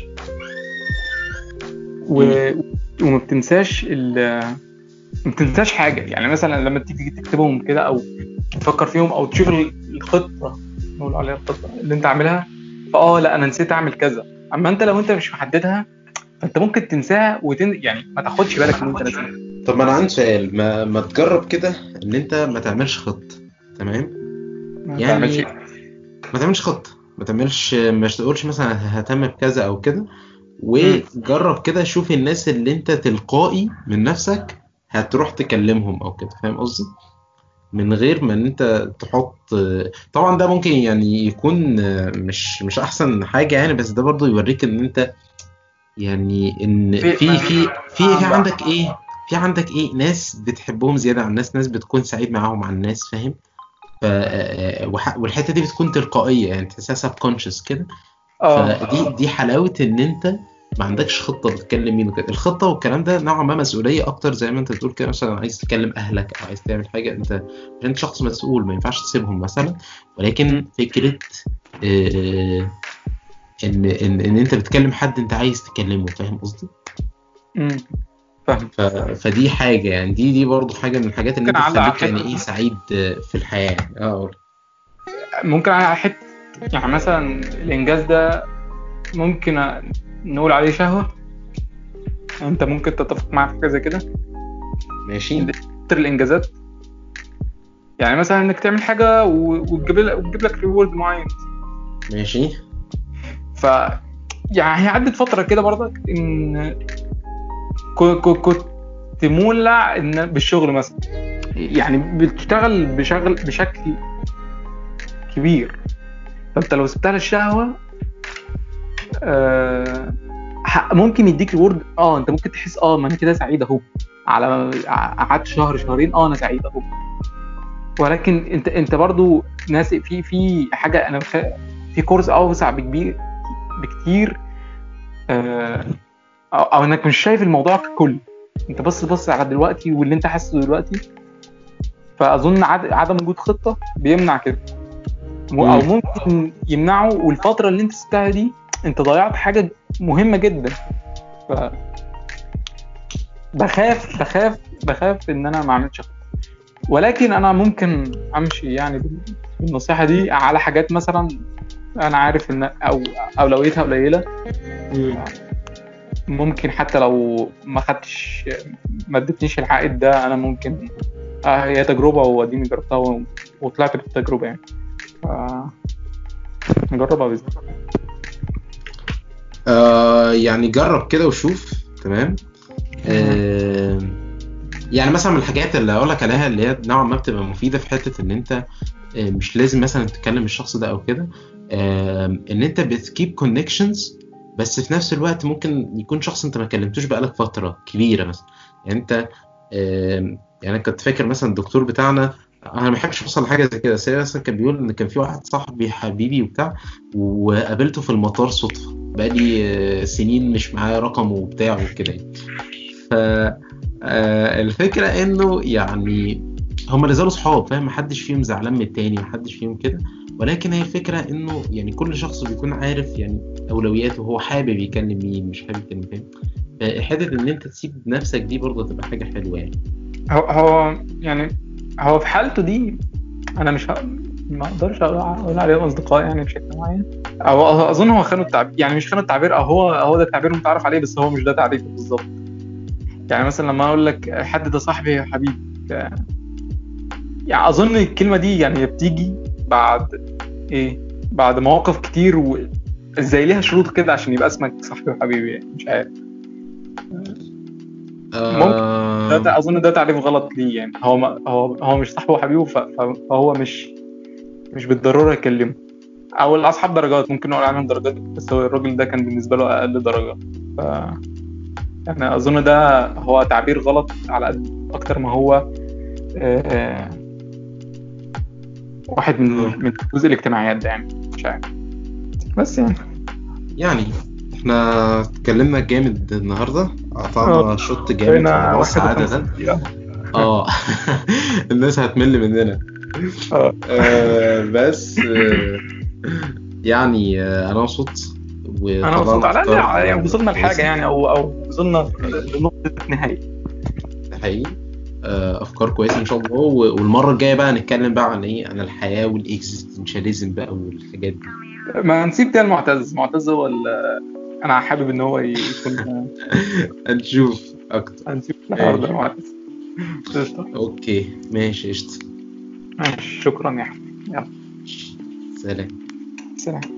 وما بتنساش ما بتنساش حاجه. يعني مثلا لما تيجي تكتبهم كده او تفكر فيهم او تشوف الخطه، نقول عليها الخطه اللي انت عاملها، لا انا نسيت اعمل كذا. اما انت لو انت مش محددها فانت ممكن تنساها يعني ما تاخدش بالك ان انت نسيت. طب ما انا عندي سؤال، ما تجرب كده ان انت ما تعملش خطه، تمام؟ يعني ما تعملش خطه، مش تقولش مثلا ههتم بكذا او كده، وجرب كده شوف الناس اللي انت تلقائي من نفسك هتروح تكلمهم او كده، فاهم قصدي؟ من غير ما ان انت تحط. طبعا ده ممكن يعني يكون مش احسن حاجه يعني، بس ده برضو يوريك ان انت يعني ان في عندك ايه ناس بتحبهم زياده عن ناس بتكون سعيد معاهم عن الناس، فاهم؟ والحته دي بتكون تلقائيه يعني تحسها سبكونشس كده. فدي حلاوه ان انت ما عندكش خطه بتتكلم مين وكده. الخطه والكلام ده نوعا ما مسؤوليه اكتر، زي ما انت بتقول كده، مثلا عايز تكلم اهلك او عايز تعمل حاجه، انت شخص مسؤول ما ينفعش تسيبهم مثلا. ولكن فكره ان انت بتكلم حد انت عايز تكلمه، فاهم قصدي؟ فاهم. فدي حاجه يعني، دي برضو حاجه من الحاجات اللي انت تخليك يعني ايه سعيد في الحياه. ممكن على حته يعني مثلا الانجاز ده ممكن نقول عليه شهوه. انت ممكن تتفق معايا في كذا كده؟ ماشي. الانجازات يعني مثلا انك تعمل حاجه وتجيب لك ريورد معين، ماشي. يعني هي عدت فتره كده برضك ان كنت مولع ان بالشغل مثلا، يعني بتشتغل بشكل كبير، فانت لو سبتها للشهوه ممكن يديك ريورد. انت ممكن تحس ما انا كده سعيد اهو، على قعدت شهر شهرين انا سعيد اهو. ولكن انت برضو ناس في حاجه، انا في كورس اوسع بكتير، او انك مش شايف الموضوع ككل، انت بص على دلوقتي واللي انت حاسه دلوقتي. فاظن عدم وجود خطه بيمنع كده، او ممكن يمنعه. والفتره اللي انت سبتها دي انت ضيعت حاجه مهمه جدا. بخاف ان انا ما اعملش خطه. ولكن انا ممكن امشي يعني بالنصيحه دي على حاجات مثلا انا عارف ان اولويتها قليله. ممكن حتى لو ما ادتنيش العائد ده، انا ممكن هي تجربه واديني جربتها وطلعت بالتجربه يعني. نجربها باذن الله. يعني جرب كده وشوف، تمام. يعني مثلا من الحاجات اللي اقول لك عليها اللي هي نوعا ما بتبقى مفيده في حته ان انت مش لازم مثلا تتكلم الشخص ده او كده، ان انت بتكيب كونكشنز، بس في نفس الوقت ممكن يكون شخص انت ما كلمتوش بقالك فتره كبيره مثلا. يعني انت يعني كنت فاكر مثلا الدكتور بتاعنا، انا ما بحبش اوصل لحاجه زي كده، بس مثلا كان بيقول ان كان في واحد صاحبي حبيبي وبتاع، وقابلته في المطار صدفه، بقالي سنين مش معاه رقمه وبتاع وكده يعني. الفكرة انه يعني هم اللي زالوا صحاب، فاهم؟ محدش فيهم زعلان من التاني، محدش فيهم كده. ولكن هي الفكرة انه يعني كل شخص بيكون عارف يعني اولوياته، هو حابب يكلم مين مش حابب يكلم فين. حته ان انت تسيب نفسك دي برضه تبقى حاجة حلوة يعني. هو في حالته دي انا ما اقدرش اقول عليهم اصدقاء يعني بشكل معين، او اظن هو خانوا التعبير، يعني مش خانوا التعبير، او هو ده التعبير متعرف عليه بس هو مش ده تعريفه بالظبط. يعني مثلا لما اقول لك حد ده صاحبي يا حبيبي، يعني اظن الكلمه دي يعني بتيجي بعد مواقف كتير، ازاي ليها شروط كده عشان يبقى اسمك صاحبي وحبيبي يعني. مش عارف، ممكن اظن ده تعريف غلط ليه يعني. هو مش صاحبه وحبيبه، فهو مش بالضروره يكلمه. او الاصحاب درجات، ممكن نقول عليهم درجات، بس هو الراجل ده كان بالنسبه له اقل درجه. انا اظن ده هو تعبير غلط على قد اكتر ما هو آه، واحد من جزء الاجتماعيات ده، يعني مش عارف، بس يعني احنا اتكلمنا جامد النهارده، قطعنا شوط جامد في هنا موضوع السعاده 51 ده. دقيقة. اه الناس هتمل مننا. اه بس يعني انا مبسوط انا مبسوط وطلعنا على افكار الاقل يعني وصلنا لحاجه، كويسه. يعني او وصلنا لنقطه نهايه. ده حقيقي. افكار كويسه ان شاء الله. والمره الجايه بقى نتكلم بقى عن ايه، عن الحياه والاكزيستنشاليزم بقى والحاجات دي. ما نسيب ده معتز هو انا حابب ان هو يكون هنشوف اكتر. هنسيب النهارده ماشي. معتز. قشطة. اوكي ماشي قشطه. ماشي، شكرا يا احمد، يلا سلام. سلام.